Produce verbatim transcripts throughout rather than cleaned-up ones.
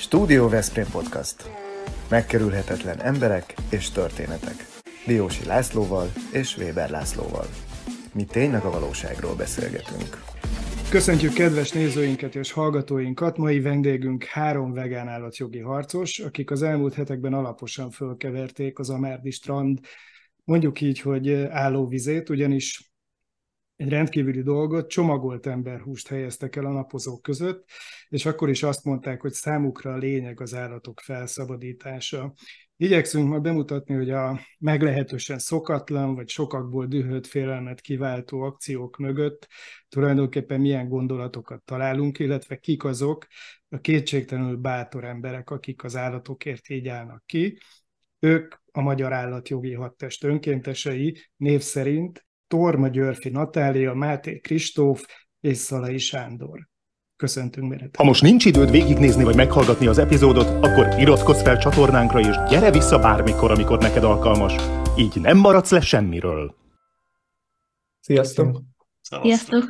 Stúdió Veszprém Podcast. Megkerülhetetlen emberek és történetek. Diósi Lászlóval és Weber Lászlóval. Mi tényleg a valóságról beszélgetünk. Köszöntjük kedves nézőinket és hallgatóinkat! Mai vendégünk három vegán állatjogi harcos, akik az elmúlt hetekben alaposan fölkeverték az Amárdi strand, mondjuk így, hogy állóvizét, ugyanis egy rendkívüli dolgot, csomagolt emberhúst helyeztek el a napozók között, és akkor is azt mondták, hogy számukra a lényeg az állatok felszabadítása. Igyekszünk ma bemutatni, hogy a meglehetősen szokatlan, vagy sokakból dühött félelmet kiváltó akciók mögött tulajdonképpen milyen gondolatokat találunk, illetve kik azok a kétségtelenül bátor emberek, akik az állatokért így állnak ki. Ők a Magyar Állatjogi Hadtest önkéntesei, név szerint Torma Györfi Natália, Máté Kristóf és Szalai Sándor. Köszöntünk benneteket. Ha most nincs időd végignézni vagy meghallgatni az epizódot, akkor iratkozz fel csatornánkra és gyere vissza bármikor, amikor neked alkalmas. Így nem maradsz le semmiről. Sziasztok! Sziasztok!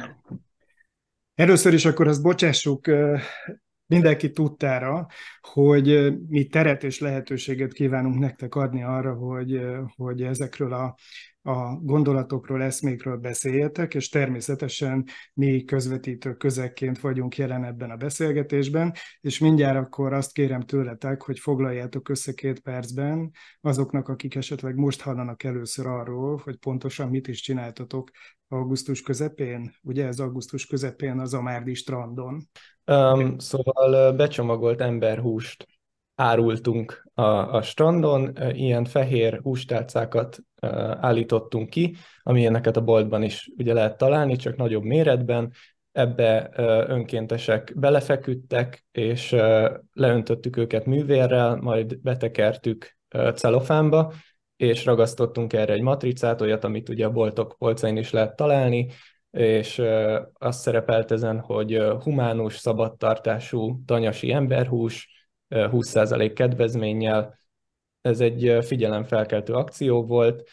Először is akkor azt bocsássuk mindenki tudtára, hogy mi teret és lehetőséget kívánunk nektek adni arra, hogy, hogy ezekről a, a gondolatokról, eszmékről beszéljetek, és természetesen mi közvetítő közekként vagyunk jelen ebben a beszélgetésben, és mindjárt akkor azt kérem tőletek, hogy foglaljátok össze két percben azoknak, akik esetleg most hallanak először arról, hogy pontosan mit is csináltatok augusztus közepén, ugye ez augusztus közepén az Amárdi strandon. Um, szóval becsomagolt emberhúst árultunk a, a strandon, ilyen fehér hústálcákat uh, állítottunk ki, amilyeneket a boltban is ugye lehet találni, csak nagyobb méretben. Ebbe uh, önkéntesek belefeküdtek, és uh, leöntöttük őket művérrel, majd betekertük uh, celofánba, és ragasztottunk erre egy matricát, olyat, amit ugye a boltok polcain is lehet találni, és uh, azt szerepelt ezen, hogy uh, humánus, szabadtartású tanyasi emberhús, uh, húsz százalék kedvezménnyel. Ez egy uh, figyelemfelkeltő akció volt,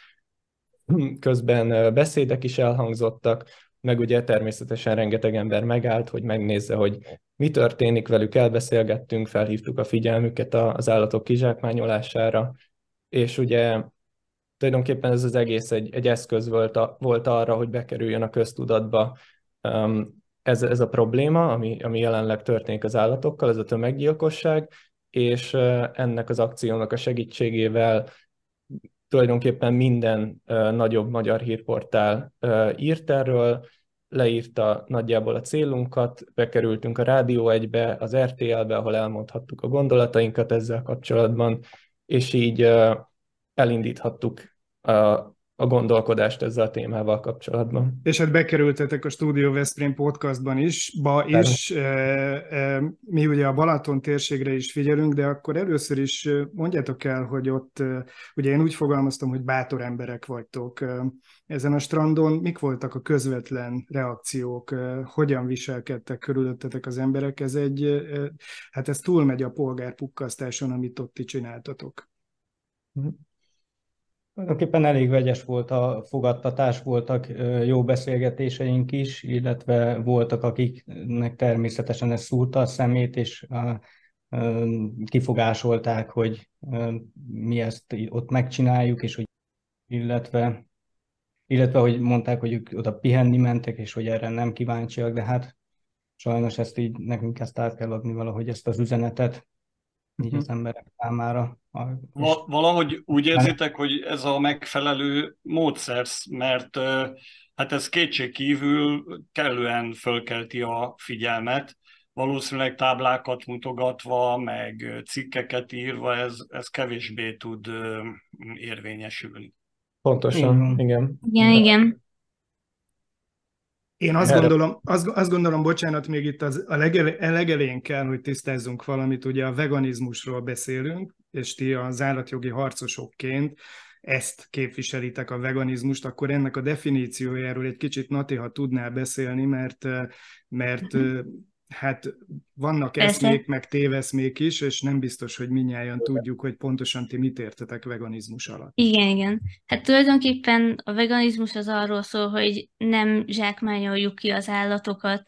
közben uh, beszédek is elhangzottak, meg ugye természetesen rengeteg ember megállt, hogy megnézze, hogy mi történik velük, elbeszélgettünk, felhívtuk a figyelmüket az állatok kizsákmányolására, és ugye tulajdonképpen ez az egész egy, egy eszköz volt, a, volt arra, hogy bekerüljön a köztudatba um, ez, ez a probléma, ami, ami jelenleg történik az állatokkal, ez a tömeggyilkosság, és uh, ennek az akciónak a segítségével tulajdonképpen minden uh, nagyobb magyar hírportál uh, írt erről, leírta nagyjából a célunkat, bekerültünk a Rádió egybe, az er té el-be, ahol elmondhattuk a gondolatainkat ezzel kapcsolatban, és így uh, elindíthattuk a, a gondolkodást ezzel a témával kapcsolatban. És hát bekerültetek a Stúdió Veszprém podcastban is, ba is, e, e, mi ugye a Balaton térségre is figyelünk, de akkor először is mondjátok el, hogy ott, e, ugye én úgy fogalmaztam, hogy bátor emberek vagytok. E, ezen a strandon mik voltak a közvetlen reakciók, e, hogyan viselkedtek körülöttetek az emberek? Ez egy, e, hát ez túlmegy a polgárpukkasztáson, amit ott ti csináltatok. Tulajdonképpen elég vegyes volt a fogadtatás, voltak jó beszélgetéseink is, illetve voltak, akiknek természetesen ez szúrta a szemét, és kifogásolták, hogy mi ezt ott megcsináljuk, és hogy illetve, illetve hogy mondták, hogy ők oda pihenni mentek, és hogy erre nem kíváncsiak, de hát sajnos ezt így nekünk ezt át kell adni valahogy ezt az üzenetet, így az emberek számára. Val- valahogy úgy érzitek, hogy ez a megfelelő módszer, mert hát ez kétségkívül kellően fölkelti a figyelmet, valószínűleg táblákat mutogatva, meg cikkeket írva, ez, ez kevésbé tud érvényesülni. Pontosan, igen. Igen, igen. Én azt gondolom, azt, azt gondolom, bocsánat, még itt az, a legele, legelején kell, hogy tisztázzunk valamit, ugye a veganizmusról beszélünk, és ti az állatjogi harcosokként ezt képviselitek, a veganizmust, akkor ennek a definíciójáról egy kicsit, Nati, ha tudnál beszélni, mert, mert hát vannak Persze. eszmék, meg téveszmék is, és nem biztos, hogy mindnyájan tudjuk, hogy pontosan ti mit értetek veganizmus alatt. Igen, igen. Hát tulajdonképpen a veganizmus az arról szól, hogy nem zsákmányoljuk ki az állatokat,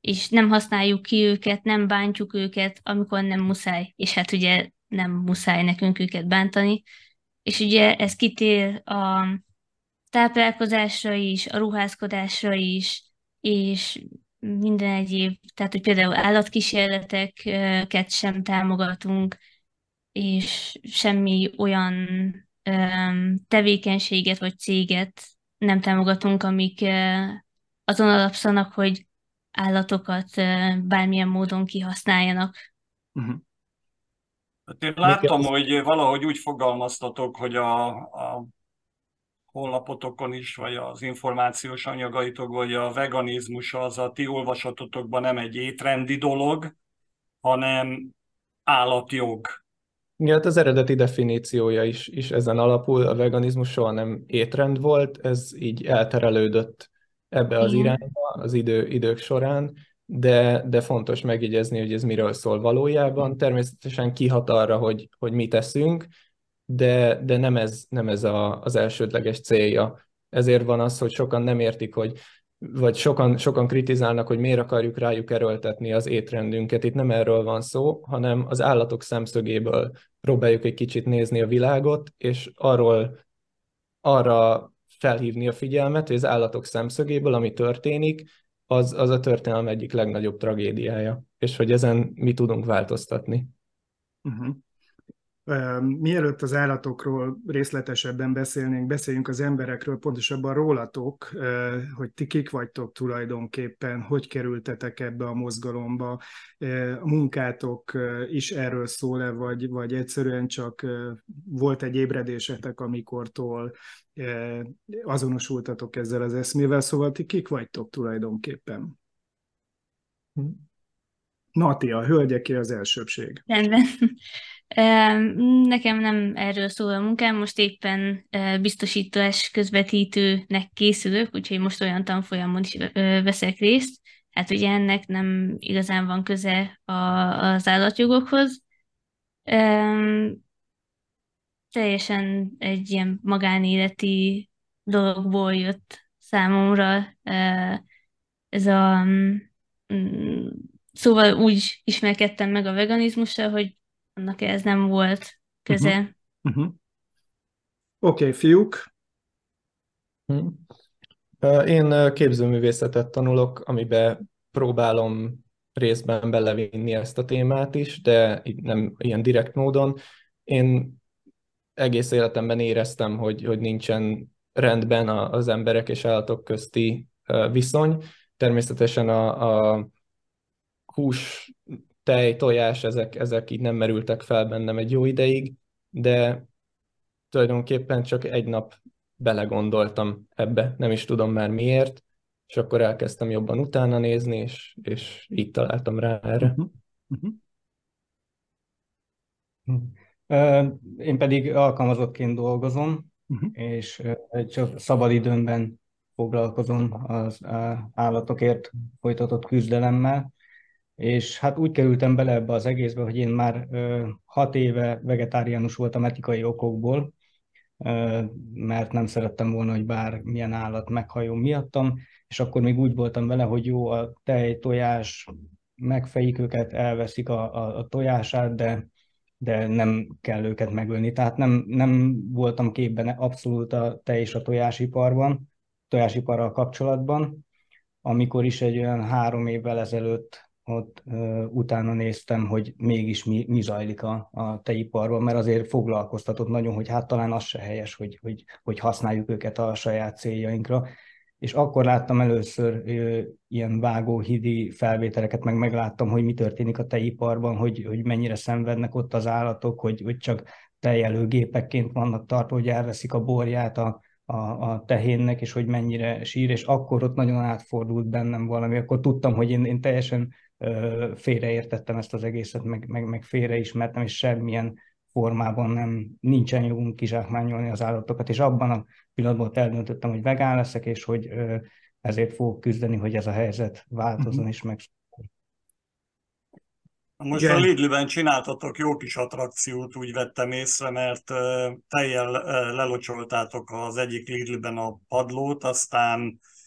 és nem használjuk ki őket, nem bántjuk őket, amikor nem muszáj. És hát ugye nem muszáj nekünk őket bántani. És ugye ez kitér a táplálkozásra is, a ruházkodásra is, és minden egyéb, tehát hogy például állatkísérleteket sem támogatunk, és semmi olyan öm, tevékenységet vagy céget nem támogatunk, amik ö, azon alapszanak, hogy állatokat ö, bármilyen módon kihasználjanak. Uh-huh. Hát én láttam, hogy valahogy úgy fogalmaztatok, hogy a, a honlapotokon is, vagy az információs anyagaitokban, hogy a veganizmus az a ti olvasatotokban nem egy étrendi dolog, hanem állatjog. Igen, hát az eredeti definíciója is, is ezen alapul, a veganizmus soha nem étrend volt, ez így elterelődött ebbe az Igen. irányba az idő, idők során, de, de fontos megjegyezni, hogy ez miről szól valójában. Természetesen kihat arra, hogy, hogy mit eszünk, de, de nem ez, nem ez a, az elsődleges célja. Ezért van az, hogy sokan nem értik, hogy vagy sokan, sokan kritizálnak, hogy miért akarjuk rájuk erőltetni az étrendünket. Itt nem erről van szó, hanem az állatok szemszögéből próbáljuk egy kicsit nézni a világot, és arról, arra felhívni a figyelmet, hogy az állatok szemszögéből, ami történik, az, az a történelem egyik legnagyobb tragédiája, és hogy ezen mi tudunk változtatni. Uh-huh. Mielőtt az állatokról részletesebben beszélnénk, beszéljünk az emberekről, pontosabban rólatok, hogy ti kik vagytok tulajdonképpen, hogy kerültetek ebbe a mozgalomba, a munkátok is erről szól-e, vagy, vagy egyszerűen csak volt egy ébredésetek, amikortól azonosultatok ezzel az eszmével, szóval ti kik vagytok tulajdonképpen? Nati, a hölgyeké az elsőbség. Rendben. Nekem nem erről szól a munkám, most éppen biztosítás közvetítőnek készülök, úgyhogy most olyan tanfolyamon is veszek részt. Hát ugye ennek nem igazán van köze a, az állatjogokhoz. Teljesen egy ilyen magánéleti dologból jött számomra ez a... Szóval úgy ismerkedtem meg a veganizmussal, hogy annak ez nem volt köze. Uh-huh. Uh-huh. Oké, okay, fiúk. Én képzőművészetet tanulok, amiben próbálom részben belevinni ezt a témát is, de nem ilyen direkt módon. Én egész életemben éreztem, hogy, hogy nincsen rendben az emberek és állatok közti viszony. Természetesen a, a hús, tej, tojás, ezek, ezek így nem merültek fel bennem egy jó ideig, de tulajdonképpen csak egy nap belegondoltam ebbe, nem is tudom már miért, és akkor elkezdtem jobban utána nézni, és, és így találtam rá erre. Uh-huh. Uh-huh. Én pedig alkalmazottként dolgozom, uh-huh. és csak szabadidőmben foglalkozom az állatokért folytatott küzdelemmel, és hát úgy kerültem bele ebbe az egészbe, hogy én már ö, hat éve vegetáriánus voltam etikai okokból, ö, mert nem szerettem volna, hogy bármilyen állat meghajjon miattam, és akkor még úgy voltam vele, hogy jó, a tej, tojás, megfejik őket, elveszik a, a, a tojását, de, de nem kell őket megölni. Tehát nem, nem voltam képben abszolút a tej és a tojásiparban, tojásiparral kapcsolatban, amikor is egy olyan három évvel ezelőtt ott uh, utána néztem, hogy mégis mi, mi zajlik a, a tejiparban, mert azért foglalkoztatott nagyon, hogy hát talán az se helyes, hogy, hogy, hogy használjuk őket a saját céljainkra. És akkor láttam először uh, ilyen vágóhidi felvételeket, meg megláttam, hogy mi történik a tejiparban, hogy, hogy mennyire szenvednek ott az állatok, hogy, hogy csak tejelőgépekként vannak tartva, hogy elveszik a borját a A, a tehénnek, és hogy mennyire sír, és akkor ott nagyon átfordult bennem valami, akkor tudtam, hogy én, én teljesen ö, félreértettem ezt az egészet, meg, meg, meg félreismertem, és semmilyen formában nem, nincsen jogunk kizsákmányolni az állatokat, és abban a pillanatban eldöntöttem, hogy vegán leszek, és hogy ö, ezért fogok küzdeni, hogy ez a helyzet változzon, uh-huh. és meg. Most igen. A Lidl-ben csináltatok jó kis attrakciót, úgy vettem észre, mert tejjel lelocsoltátok az egyik Lidl-ben a padlót, aztán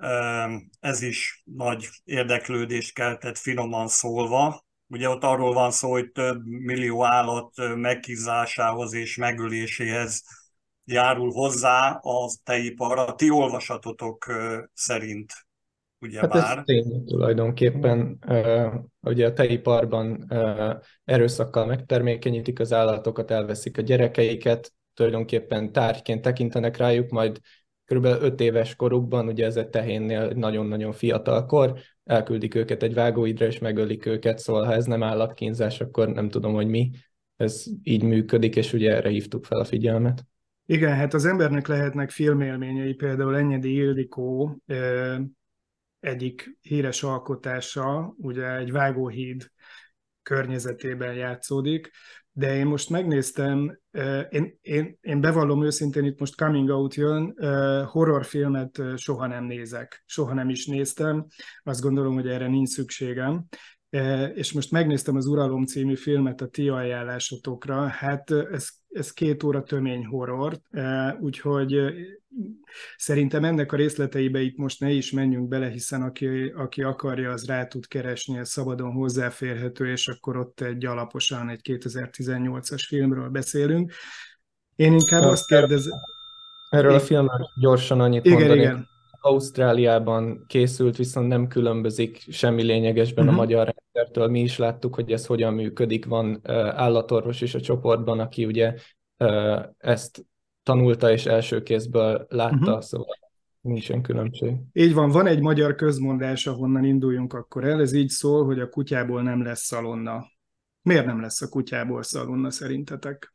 Ez is nagy érdeklődést keltett, finoman szólva. Ugye ott arról van szó, hogy több millió állat megkízásához és megöléséhez járul hozzá a tejipar, a ti olvasatotok szerint, ugyebár. Hát ez tény tulajdonképpen. Uh, ugye a tejiparban uh, erőszakkal megtermékenyítik az állatokat, elveszik a gyerekeiket, tulajdonképpen tárgyként tekintenek rájuk, majd kb. öt éves korukban, ugye ez egy tehénnél nagyon-nagyon fiatal kor, elküldik őket egy vágóidra, és megölik őket, szóval ha ez nem állatkínzás, akkor nem tudom, hogy mi. Ez így működik, és ugye erre hívtuk fel a figyelmet. Igen, hát az embernek lehetnek filmélményei, például Enyedi Ildikó egyik híres alkotása, ugye egy vágóhíd környezetében játszódik, de én most megnéztem, én, én, én bevallom őszintén, itt most coming out jön, horrorfilmet soha nem nézek, soha nem is néztem, azt gondolom, hogy erre nincs szükségem, és most megnéztem az Uralom című filmet a ti ajánlásotokra, hát ez, ez két óra tömény horror, úgyhogy szerintem ennek a részleteibe itt most ne is menjünk bele, hiszen aki, aki akarja, az rá tud keresni, ez szabadon hozzáférhető, és akkor ott egy alaposan egy kétezer-tizennyolcas filmről beszélünk. Én inkább azt kérdezem... Erről a filmről gyorsan annyit igen, mondanék. Igen. Ausztráliában készült, viszont nem különbözik semmi lényegesben uh-huh. a magyar rendszertől. Mi is láttuk, hogy ez hogyan működik. Van uh, állatorvos is a csoportban, aki ugye uh, ezt tanulta és első kézből látta, uh-huh. szóval nincsen különbség. Így van, van egy magyar közmondás, ahonnan induljunk akkor el, ez így szól, hogy a kutyából nem lesz szalonna. Miért nem lesz a kutyából szalonna szerintetek?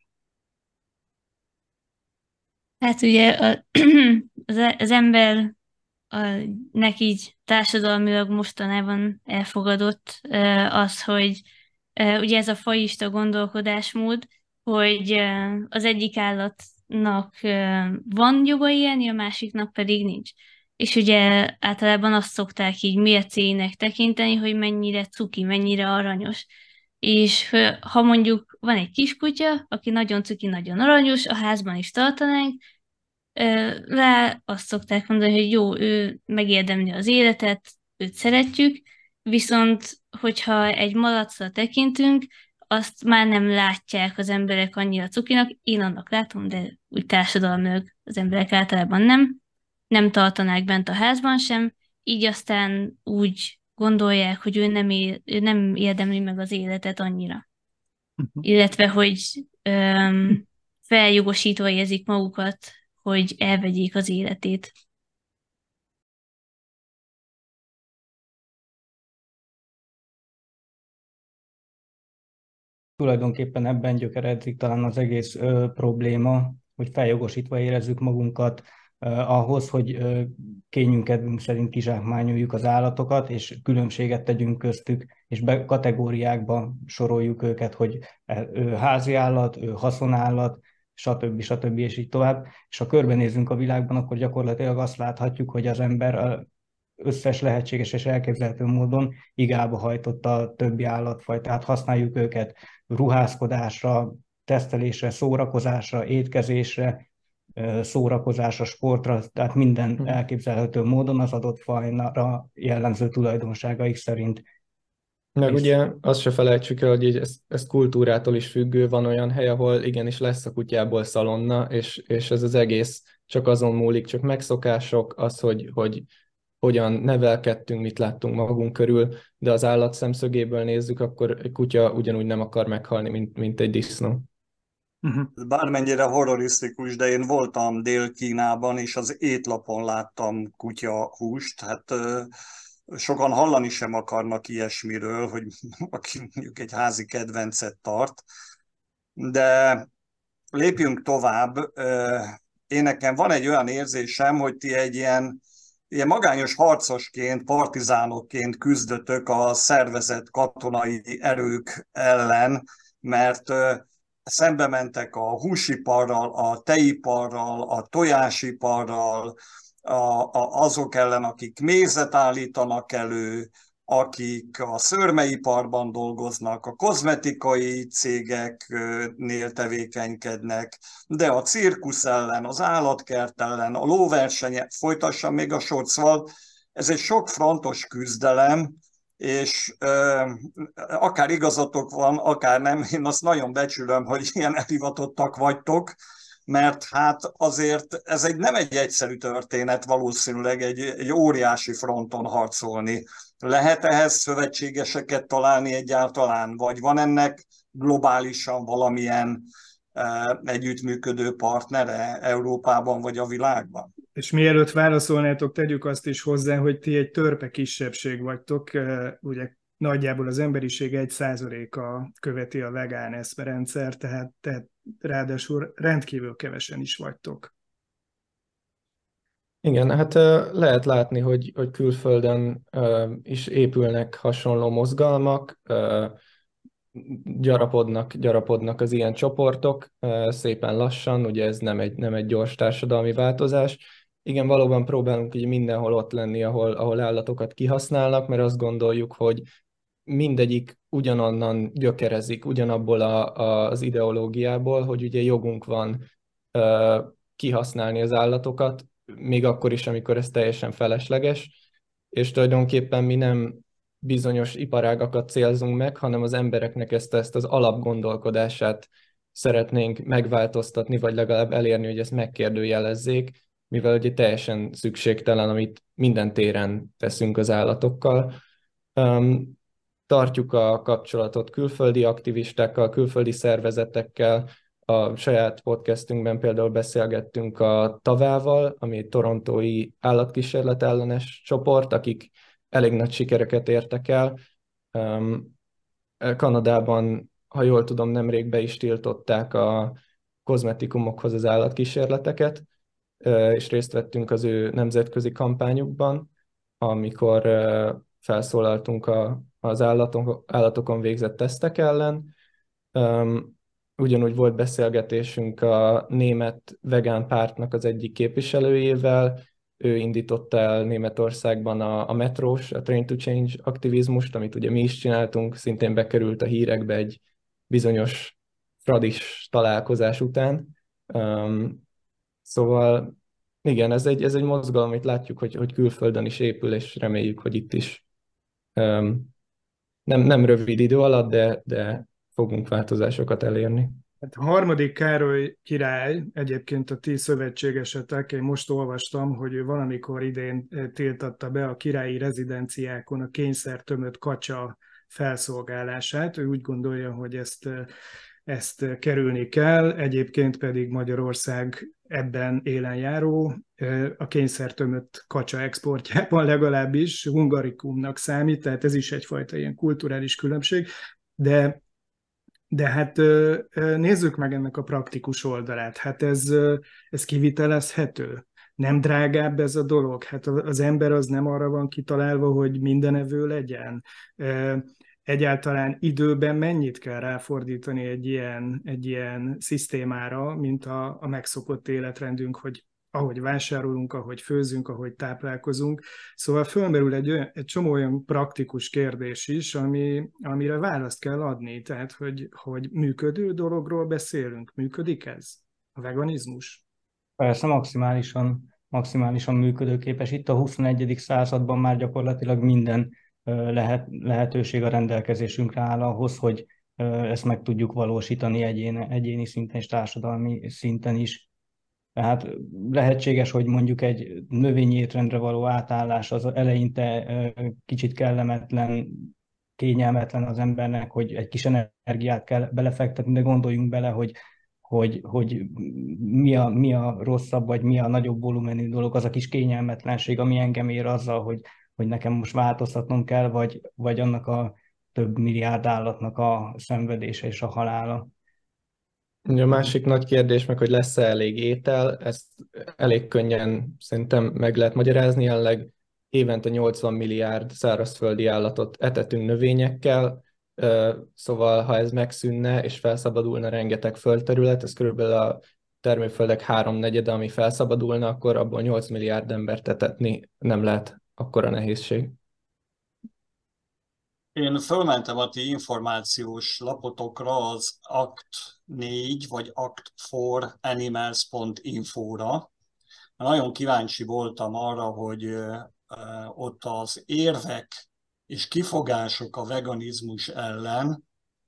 Hát ugye a, az, az ember a, neki így társadalmilag mostanában elfogadott az, hogy ugye ez a fajista gondolkodásmód, hogy az egyik állatnak van joga élni, a másiknak pedig nincs. És ugye általában azt szokták így mércének tekinteni, hogy mennyire cuki, mennyire aranyos. És ha mondjuk van egy kiskutya, aki nagyon cuki, nagyon aranyos, a házban is tartanánk, rá azt szokták mondani, hogy jó, ő megérdemli az életet, őt szeretjük, viszont hogyha egy malacra tekintünk, azt már nem látják az emberek annyira cukinak, én annak látom, de úgy társadalmilag az emberek általában nem, nem tartanák bent a házban sem, így aztán úgy gondolják, hogy ő nem, ér, ő nem érdemli meg az életet annyira. Uh-huh. Illetve, hogy öm, feljogosítva érzik magukat, hogy elvegyék az életét. Tulajdonképpen ebben gyökeredzik talán az egész ö, probléma, hogy feljogosítva érezzük magunkat ö, ahhoz, hogy ö, kényünk kedvünk szerint kizsákmányoljuk az állatokat, és különbséget tegyünk köztük, és be kategóriákba soroljuk őket, hogy ő házi állat, ő haszonállat, stb. stb. És így tovább. És ha körbenézünk a világban, akkor gyakorlatilag azt láthatjuk, hogy az ember összes lehetséges és elképzelhető módon igába hajtotta a többi állatfajtát. Használjuk őket ruházkodásra, tesztelésre, szórakozásra, étkezésre, szórakozásra, sportra, tehát minden elképzelhető módon az adott fajra jellemző tulajdonságaik szerint. Meg ugye azt se felejtsük el, hogy ez, ez kultúrától is függő, van olyan hely, ahol igenis lesz a kutyából szalonna, és, és ez az egész csak azon múlik, csak megszokások, az, hogy, hogy hogyan nevelkedtünk, mit láttunk magunk körül, de az állat szemszögéből nézzük, akkor egy kutya ugyanúgy nem akar meghalni, mint, mint egy disznó. Bármennyire horrorisztikus, de én voltam Dél-Kínában, és az étlapon láttam kutyahúst, hát sokan hallani sem akarnak ilyesmiről, hogy aki mondjuk egy házi kedvencet tart. De lépjünk tovább. Én nekem van egy olyan érzésem, hogy ti egy ilyen, ilyen magányos harcosként, partizánokként küzdötök a szervezett katonai erők ellen, mert szembe mentek a húsiparral, a tejiparral, a tojásiparral, A, a, azok ellen, akik mézet állítanak elő, akik a szőrmeiparban dolgoznak, a kozmetikai cégeknél tevékenykednek, de a cirkusz ellen, az állatkert ellen, a lóversenyek, folytassam még a sort, szóval ez egy sok frontos küzdelem, és ö, akár igazatok van, akár nem, én azt nagyon becsülöm, hogy ilyen elhivatottak vagytok, mert hát azért ez egy, nem egy egyszerű történet, valószínűleg egy, egy óriási fronton harcolni. Lehet ehhez szövetségeseket találni egyáltalán, vagy van ennek globálisan valamilyen e, együttműködő partnere Európában vagy a világban? És mielőtt válaszolnátok, tegyük azt is hozzá, hogy ti egy törpe kisebbség vagytok, ugye nagyjából az emberiség egy százaléka követi a vegán eszmerendszer, tehát, tehát ráadásul rendkívül kevesen is vagytok. Igen, hát lehet látni, hogy, hogy külföldön is épülnek hasonló mozgalmak, gyarapodnak, gyarapodnak az ilyen csoportok szépen lassan, ugye ez nem egy, nem egy gyors társadalmi változás. Igen, valóban próbálunk így mindenhol ott lenni, ahol, ahol állatokat kihasználnak, mert azt gondoljuk, hogy mindegyik ugyanonnan gyökerezik, ugyanabból a, a, az ideológiából, hogy ugye jogunk van uh, kihasználni az állatokat, még akkor is, amikor ez teljesen felesleges, és tulajdonképpen mi nem bizonyos iparágakat célzunk meg, hanem az embereknek ezt, ezt az alapgondolkodását szeretnénk megváltoztatni, vagy legalább elérni, hogy ezt megkérdőjelezzék, mivel ugye teljesen szükségtelen, amit minden téren teszünk az állatokkal. Um, Tartjuk a kapcsolatot külföldi aktivistákkal, külföldi szervezetekkel. A saját podcastünkben például beszélgettünk a Tavával, ami egy torontói állatkísérlet ellenes csoport, akik elég nagy sikereket értek el. Kanadában, ha jól tudom, nemrég be is tiltották a kozmetikumokhoz az állatkísérleteket, és részt vettünk az ő nemzetközi kampányukban, amikor felszólaltunk a, az állatok, állatokon végzett tesztek ellen. Um, ugyanúgy volt beszélgetésünk a német vegán pártnak az egyik képviselőjével, ő indította el Németországban a, a metrós, a Train to Change aktivizmust, amit ugye mi is csináltunk, szintén bekerült a hírekbe egy bizonyos fradis találkozás után. Um, szóval igen, ez egy, ez egy mozgalom, amit látjuk, hogy, hogy külföldön is épül, és reméljük, hogy itt is um, nem, nem rövid idő alatt, de, de fogunk változásokat elérni. Hát a harmadik Károly király, egyébként a ti szövetségesetek, én most olvastam, hogy ő valamikor idén tiltatta be a királyi rezidenciákon a kényszertömött kacsa felszolgálását. Ő úgy gondolja, hogy ezt, ezt kerülni kell, egyébként pedig Magyarország ebben élen járó, a kényszertömött kacsa exportjában legalábbis hungarikumnak számít, tehát ez is egyfajta ilyen kulturális különbség, de De hát nézzük meg ennek a praktikus oldalát. Hát ez, ez kivitelezhető. Nem drágább ez a dolog? Hát az ember az nem arra van kitalálva, hogy mindenevő legyen. Egyáltalán időben mennyit kell ráfordítani egy ilyen, egy ilyen szisztémára, mint a, a megszokott életrendünk, hogy ahogy vásárolunk, ahogy főzünk, ahogy táplálkozunk. Szóval fölmerül egy, olyan, egy csomó olyan praktikus kérdés is, ami, amire választ kell adni. Tehát, hogy, hogy működő dologról beszélünk. Működik ez? A veganizmus? Persze maximálisan, maximálisan működőképes. Itt a huszonegyedik században már gyakorlatilag minden lehet, lehetőség a rendelkezésünkre áll ahhoz, hogy ezt meg tudjuk valósítani egyéni, egyéni szinten és társadalmi szinten is. Tehát lehetséges, hogy mondjuk egy növényi étrendre való átállás az eleinte kicsit kellemetlen, kényelmetlen az embernek, hogy egy kis energiát kell belefektetni, de gondoljunk bele, hogy, hogy, hogy mi, a, mi a rosszabb, vagy mi a nagyobb volumenű dolog, az a kis kényelmetlenség, ami engem ér azzal, hogy, hogy nekem most változtatnom kell, vagy, vagy annak a több milliárd állatnak a szenvedése és a halála. A másik nagy kérdés meg, hogy lesz-e elég étel, ezt elég könnyen szerintem meg lehet magyarázni, jelenleg évente nyolcvan milliárd szárazföldi állatot etetünk növényekkel, szóval ha ez megszűnne és felszabadulna rengeteg földterület, ez körülbelül a termőföldek háromnegyede, ami felszabadulna, akkor abból nyolc milliárd embert etetni nem lehet akkora nehézség. Én fölmentem a ti információs lapotokra, az akt négy vagy act for animals pont info-ra. Nagyon kíváncsi voltam arra, hogy ott az érvek és kifogások a veganizmus ellen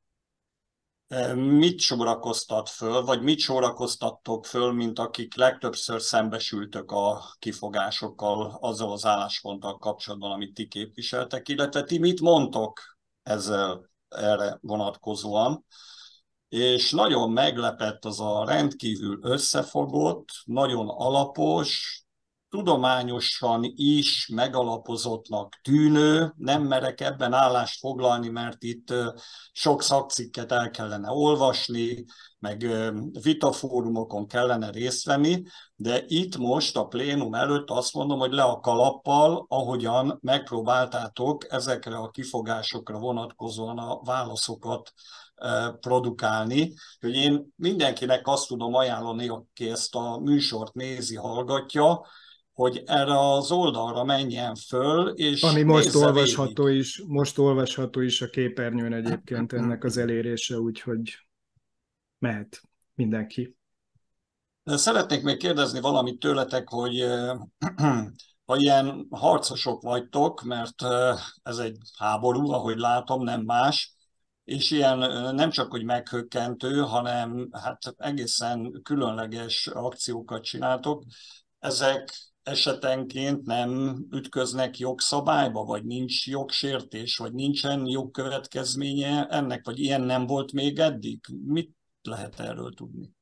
mit sorakoztat föl, vagy mit sorakoztattok föl, mint akik legtöbbször szembesültök a kifogásokkal, azzal az állásponttal kapcsolatban, amit ti képviseltek, illetve ti mit mondtok ezzel erre vonatkozóan? És nagyon meglepett az a rendkívül összefogott, nagyon alapos, tudományosan is megalapozottnak tűnő, nem merek ebben állást foglalni, mert itt sok szakcikket el kellene olvasni, meg vitafórumokon kellene részt venni, de itt most a plénum előtt azt mondom, hogy le a kalappal, ahogyan megpróbáltátok ezekre a kifogásokra vonatkozóan a válaszokat produkálni, hogy én mindenkinek azt tudom ajánlani, aki ezt a műsort nézi, hallgatja, hogy erre az oldalra menjen föl, és ami most olvasható végig. is, most olvasható is a képernyőn egyébként ennek az elérése, úgyhogy mehet mindenki. De szeretnék még kérdezni valamit tőletek, hogy ha ilyen harcosok vagytok, mert ez egy háború, ahogy látom, nem más, és ilyen nem csak, hogy meghökkentő, hanem hát egészen különleges akciókat csináltok, ezek esetenként nem ütköznek jogszabályba, vagy nincs jogsértés, vagy nincsen jogkövetkezménye ennek, vagy ilyen nem volt még eddig? Mit lehet erről tudni?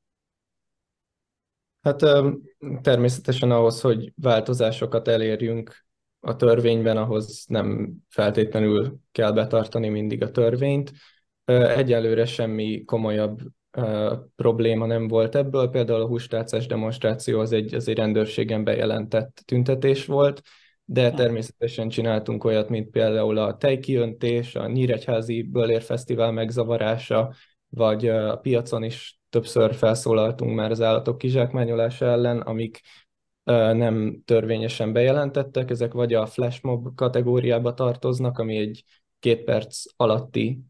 Hát természetesen ahhoz, hogy változásokat elérjünk a törvényben, ahhoz nem feltétlenül kell betartani mindig a törvényt. Egyelőre semmi komolyabb probléma nem volt ebből. Például a hústálcás demonstráció az egy, az egy rendőrségen bejelentett tüntetés volt, de természetesen csináltunk olyat, mint például a tejkiöntés, a Nyíregyházi Böllérfesztivál megzavarása, vagy a piacon is többször felszólaltunk már az állatok kizsákmányolása ellen, amik nem törvényesen bejelentettek. Ezek vagy a flashmob kategóriába tartoznak, ami egy két perc alatti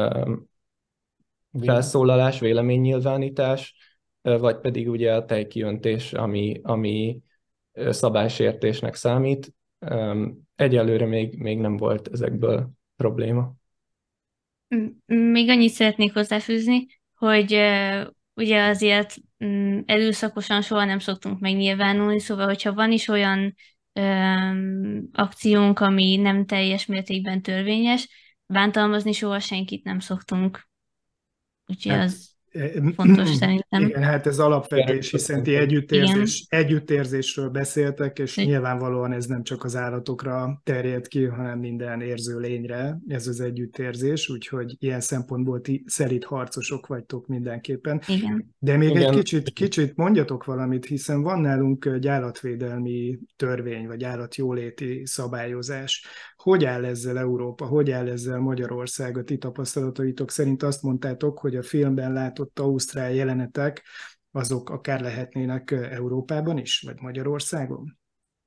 felszólalás, véleménynyilvánítás, vagy pedig ugye a tejkiöntés, ami, ami szabálysértésnek számít. Egyelőre még, még nem volt ezekből probléma. Még annyit szeretnék hozzáfűzni, hogy uh, ugye azért um, erőszakosan soha nem szoktunk megnyilvánulni, szóval hogyha van is olyan um, akciónk, ami nem teljes mértékben törvényes, bántalmazni soha senkit nem szoktunk. Úgyhogy Hát, az fontos szerintem. Igen, hát ez alapvetés, hiszen ti együttérzés, együttérzésről beszéltek, és Igen. nyilvánvalóan ez nem csak az állatokra terjed ki, hanem minden érző lényre ez az együttérzés, úgyhogy ilyen szempontból ti szelíd harcosok vagytok mindenképpen. Igen. De még Igen. egy kicsit, kicsit mondjatok valamit, hiszen van nálunk egy állatvédelmi törvény, vagy állatjóléti szabályozás. Hogy áll ezzel Európa, hogy áll ezzel Magyarország? A ti tapasztalataitok szerint azt mondtátok, hogy a filmben látott ausztrál jelenetek, azok akár lehetnének Európában is, vagy Magyarországon?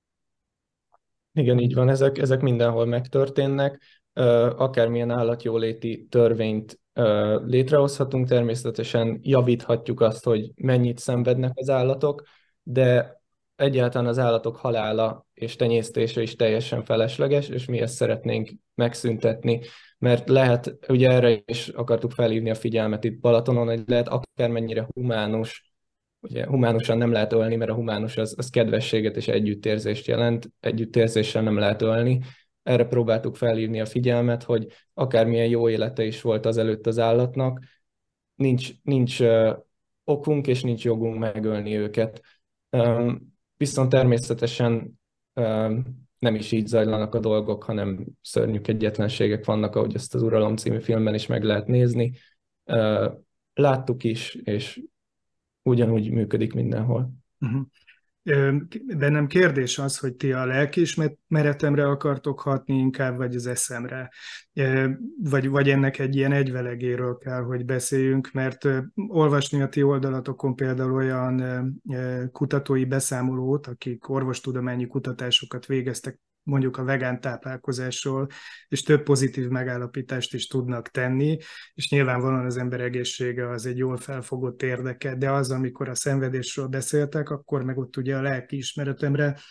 Igen, így van, ezek, ezek mindenhol megtörténnek. Akármilyen állatjóléti törvényt létrehozhatunk, természetesen javíthatjuk azt, hogy mennyit szenvednek az állatok, de egyáltalán az állatok halála és tenyésztése is teljesen felesleges, és mi ezt szeretnénk megszüntetni, mert lehet, ugye erre is akartuk felhívni a figyelmet itt Balatonon, hogy lehet akármennyire humánus, ugye humánusan nem lehet ölni, mert a humánus az, az kedvességet és együttérzést jelent, együttérzéssel nem lehet ölni. Erre próbáltuk felhívni a figyelmet, hogy akármilyen jó élete is volt azelőtt az állatnak, nincs, nincs uh, okunk és nincs jogunk megölni őket. Um, viszont természetesen um, nem is így zajlanak a dolgok, hanem szörnyű kegyetlenségek vannak, ahogy ezt az Uralom című filmben is meg lehet nézni. Uh, láttuk is, és ugyanúgy működik mindenhol. Uh-huh. Bennem kérdés az, hogy ti a lelkiismeretemre akartok hatni inkább, vagy az eszemre. Vagy, vagy ennek egy ilyen egyvelegéről kell, hogy beszéljünk, mert olvasni a ti oldalatokon például olyan kutatói beszámolót, akik orvostudományi kutatásokat végeztek mondjuk a vegán táplálkozásról, és több pozitív megállapítást is tudnak tenni, és nyilvánvalóan az ember egészsége az egy jól felfogott érdeke, de az, amikor a szenvedésről beszéltek, akkor meg ott ugye a lelkiismeretemre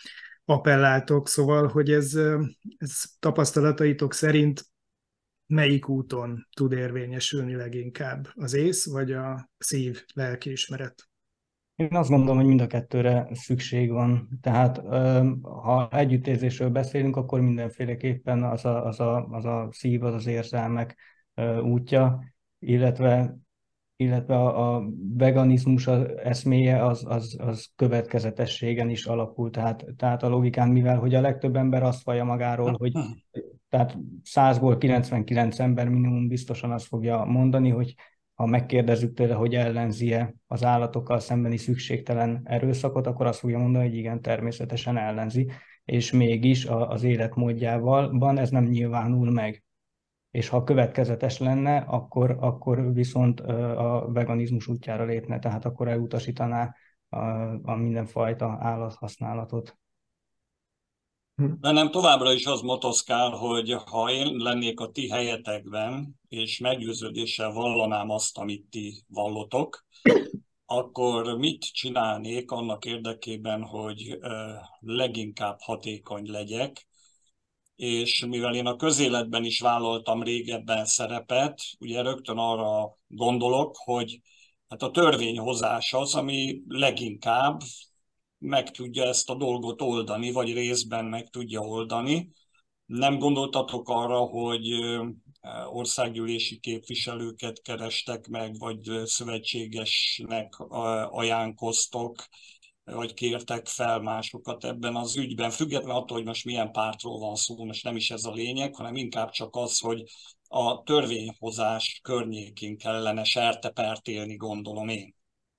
appelláltok, szóval, hogy ez, ez tapasztalataitok szerint melyik úton tud érvényesülni leginkább? Az ész, vagy a szív, lelkiismeret? Én azt gondolom, hogy mind a kettőre szükség van. Tehát ha együttérzésről beszélünk, akkor mindenféleképpen az a, az a, az a szív, az az érzelmek útja, illetve, illetve a, a veganizmus az eszméje az, az, az következetességen is alapul. Tehát, tehát a logikán, mivel hogy a legtöbb ember azt vallja magáról, hogy tehát százból kilencvenkilenc ember minimum biztosan azt fogja mondani, hogy ha megkérdezzük tőle, hogy ellenzi-e az állatokkal szembeni szükségtelen erőszakot, akkor azt fogja mondani, hogy igen, természetesen ellenzi, és mégis az életmódjával ez nem nyilvánul meg. És ha következetes lenne, akkor, akkor viszont a veganizmus útjára lépne, tehát akkor elutasítaná a, a mindenfajta állathasználatot. Bennem továbbra is az motoszkál, hogy ha én lennék a ti helyetekben, és meggyőződéssel vallanám azt, amit ti vallotok, akkor mit csinálnék annak érdekében, hogy leginkább hatékony legyek, és mivel én a közéletben is vállaltam régebben szerepet, ugye rögtön arra gondolok, hogy hát a törvényhozás az, ami leginkább meg tudja ezt a dolgot oldani, vagy részben meg tudja oldani. Nem gondoltatok arra, hogy országgyűlési képviselőket kerestek meg, vagy szövetségesnek ajánlkoztok, vagy kértek fel másokat ebben az ügyben, függetlenül attól, hogy most milyen pártról van szó, most nem is ez a lényeg, hanem inkább csak az, hogy a törvényhozás környékén kellene sertepert élni, gondolom én.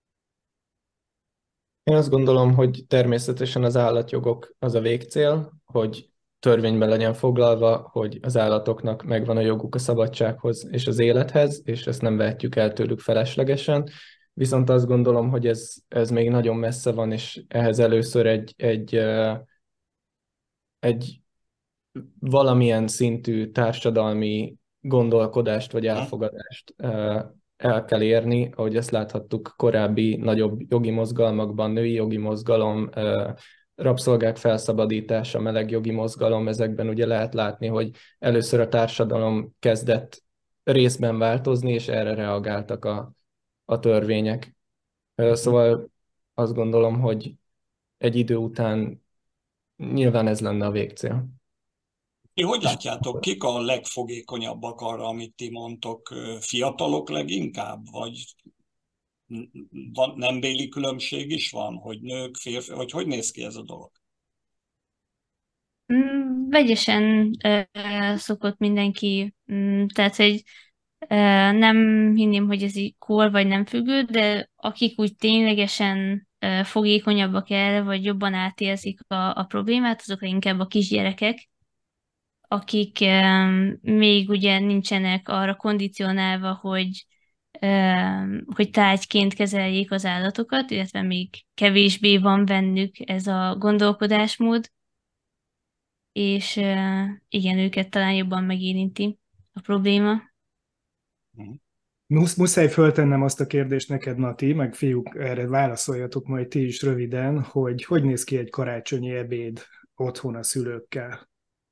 Én azt gondolom, hogy természetesen az állatjogok az a végcél, hogy törvényben legyen foglalva, hogy az állatoknak megvan a joguk a szabadsághoz és az élethez, és ezt nem vehetjük el tőlük feleslegesen. Viszont azt gondolom, hogy ez, ez még nagyon messze van, és ehhez először egy, egy, egy valamilyen szintű társadalmi gondolkodást vagy elfogadást el kell érni, ahogy ezt láthattuk korábbi nagyobb jogi mozgalmakban, női jogi mozgalom, rabszolgák felszabadítása, meleg jogi mozgalom, ezekben ugye lehet látni, hogy először a társadalom kezdett részben változni, és erre reagáltak a, a törvények. Szóval azt gondolom, hogy egy idő után nyilván ez lenne a végcél. Ti hogy látjátok, kik a legfogékonyabbak arra, amit ti mondtok? Fiatalok leginkább? Vagy van, nembéli különbség is van, hogy nők, férfi, vagy hogy néz ki ez a dolog? Vegyesen uh, szokott mindenki, um, tehát hogy uh, nem hinném, hogy ez így kor vagy nem függő, de akik úgy ténylegesen uh, fogékonyabbak erre, vagy jobban átérzik a, a problémát, azok inkább a kisgyerekek, akik um, még ugye nincsenek arra kondicionálva, hogy, um, hogy tárgyként kezeljék az állatokat, illetve még kevésbé van bennük ez a gondolkodásmód, és uh, igen, őket talán jobban megérinti a probléma. Musz, muszáj föltennem azt a kérdést neked, Nati, meg fiúk, erre válaszoljatok majd ti is röviden, hogy hogy néz ki egy karácsonyi ebéd otthon a szülőkkel?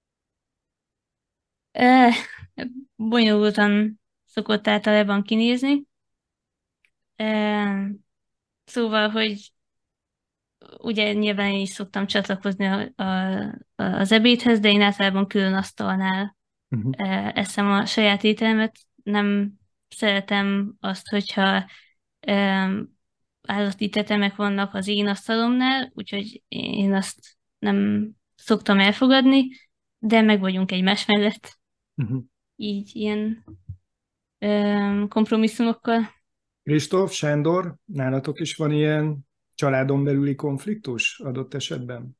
Uh, bonyolultan szokott általában kinézni. Uh, szóval, hogy ugye nyilván én is szoktam csatlakozni a, a, az ebédhez, de én általában külön asztalnál uh-huh. eszem a saját ételemet. Nem szeretem azt, hogyha um, állati tetemek vannak az én asztalomnál, úgyhogy én azt nem szoktam elfogadni, de meg vagyunk egymás mellett. Uh-huh. Így ilyen um, kompromisszumokkal. Kristóf, Sándor, nálatok is van ilyen családon belüli konfliktus adott esetben?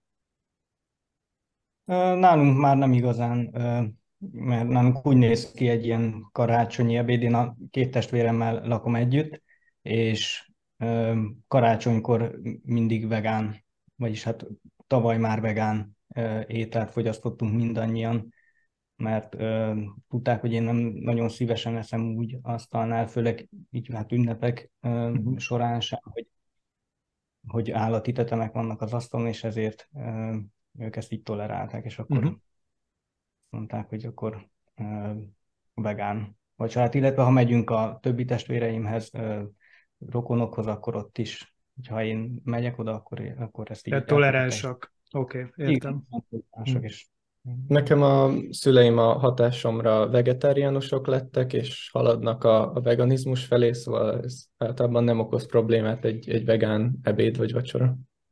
Nálunk már nem igazán, mert nálunk úgy néz ki egy ilyen karácsonyi ebéd, én a két testvéremmel lakom együtt, és karácsonykor mindig vegán, vagyis hát tavaly már vegán ételt fogyasztottunk mindannyian, mert tudták, hogy én nem nagyon szívesen eszem úgy asztalnál, főleg így hát ünnepek uh-huh. során sem, hogy hogy állati tetemek vannak az asztalon, és ezért ők ezt így tolerálták, és akkor uh-huh. mondták, hogy akkor uh, vegán vacsorát, illetve ha megyünk a többi testvéreimhez, uh, rokonokhoz, akkor ott is, ha én megyek oda, akkor, akkor ezt így... Tehát toleránsak. Oké, okay, értem. Igen, is. Nekem a szüleim a hatásomra vegetáriánusok lettek, és haladnak a, a veganizmus felé, szóval ez általában nem okoz problémát egy, egy vegán ebéd vagy vacsora.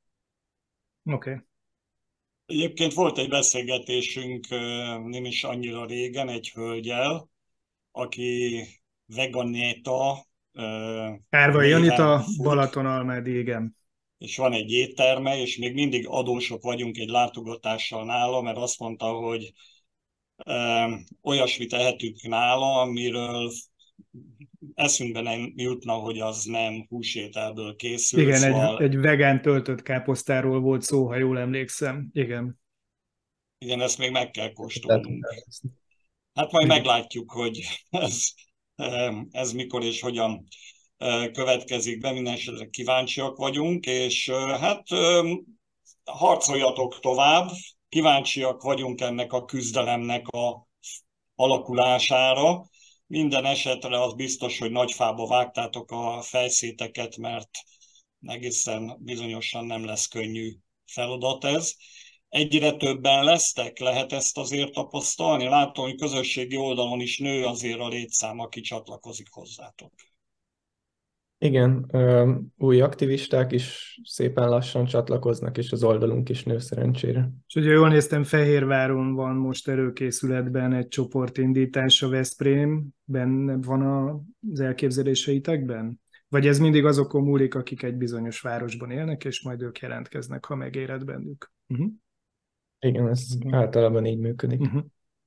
Oké. Okay. Egyébként volt egy beszélgetésünk nem is annyira régen egy hölgyel, aki veganéta. Árvai Anita, Balatonalmádi, igen. És van egy étterme, és még mindig adósok vagyunk egy látogatással nála, mert azt mondta, hogy ö, olyasmit ehetünk nála, amiről eszünkbe nem jutna, hogy az nem húsételből készül. Igen, szóval... egy, egy vegán töltött káposztáról volt szó, ha jól emlékszem. Igen. Igen, ezt még meg kell kóstolnunk. Hát majd meglátjuk, hogy ez, ez mikor és hogyan következik be, mindenesetre kíváncsiak vagyunk, és hát harcoljatok tovább, kíváncsiak vagyunk ennek a küzdelemnek a alakulására. Minden esetre az biztos, hogy nagy fába vágtátok a fejszéteket, mert egészen bizonyosan nem lesz könnyű feladat ez. Egyre többen lesztek, lehet ezt azért tapasztalni? Látom, hogy közösségi oldalon is nő azért a létszám, aki csatlakozik hozzátok. Igen, új aktivisták is szépen lassan csatlakoznak, és az oldalunk is nő szerencsére. És ugye jól néztem, Fehérváron van most előkészületben egy csoportindítás a Veszprémben, van az elképzeléseitekben? Vagy ez mindig azokon múlik, akik egy bizonyos városban élnek, és majd ők jelentkeznek, ha megéred bennük? Uh-huh. Igen, ez uh-huh. általában így működik. Uh-huh.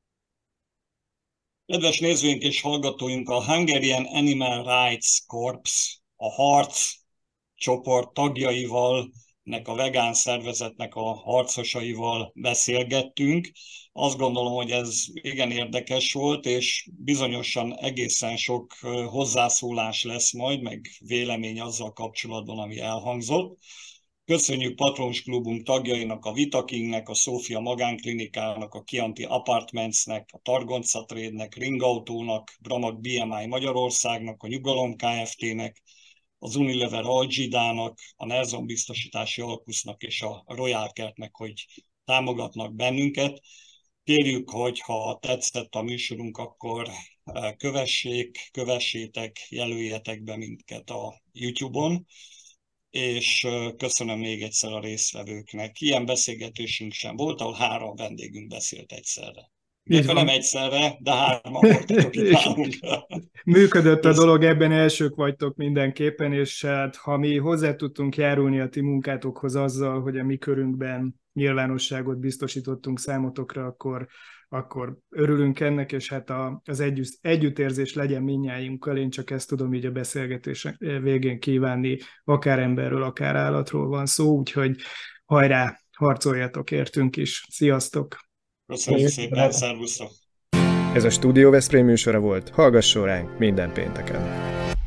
Kedves nézőink és hallgatóink, a Hungarian Animal Rights Corps, a harc csoport tagjaival, nek a vegán szervezetnek a harcosaival beszélgettünk. Azt gondolom, hogy ez igen érdekes volt, és bizonyosan egészen sok hozzászólás lesz majd, meg vélemény azzal kapcsolatban, ami elhangzott. Köszönjük Patrons Klubunk tagjainak, a Vitakingnek, a Szófia Magánklinikának, a Chianti Apartmentsnek, a Targonca Trade-nek, Ringautónak, Bramag bé em i Magyarországnak, a Nyugalom Kft-nek, az Unilever Algidának, a Nelson Biztosítási Alkusznak és a Royal Kertnek, hogy támogatnak bennünket. Kérjük, hogy ha tetszett a műsorunk, akkor kövessék, kövessétek, jelöljetek be minket a YouTube-on, és köszönöm még egyszer a résztvevőknek. Ilyen beszélgetésünk sem volt, ahol három vendégünk beszélt egyszerre. De nem egyszerre, de hárman voltatok itt nálunk. Működött a dolog, ebben elsők vagytok mindenképpen, és hát ha mi hozzá tudtunk járulni a ti munkátokhoz azzal, hogy a mi körünkben nyilvánosságot biztosítottunk számotokra, akkor, akkor örülünk ennek, és hát a, az együtt, együttérzés legyen mindnyájunkkal. Én csak ezt tudom így a beszélgetés végén kívánni, akár emberről, akár állatról van szó, úgyhogy hajrá, harcoljatok értünk is. Sziasztok! Köszönjük szépen, szervusztok! Ez a Stúdió Veszprém műsora volt, hallgasson ránk minden pénteken!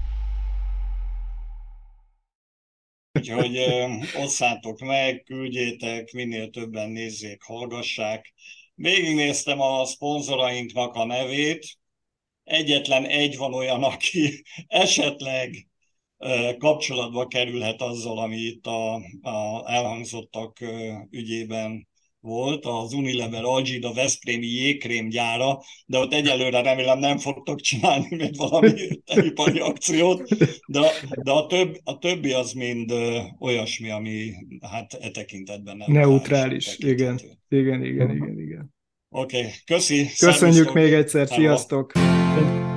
Úgyhogy osszátok meg, küldjétek, minél többen nézzék, hallgassák. Végignéztem a szponzorainknak a nevét, egyetlen egy van olyan, aki esetleg kapcsolatba kerülhet azzal, ami itt a, a elhangzottak ügyében volt, az Unilever Algida veszprémi jégkrémgyára, de ott egyelőre remélem nem fogtok csinálni még valami ipari akciót, de, de a, több, a többi az mind olyasmi, ami hát e tekintetben neutrális. Neutrális, igen. Igen, igen, igen, igen. Oké, okay. Köszi. Köszönjük még egyszer, sziasztok!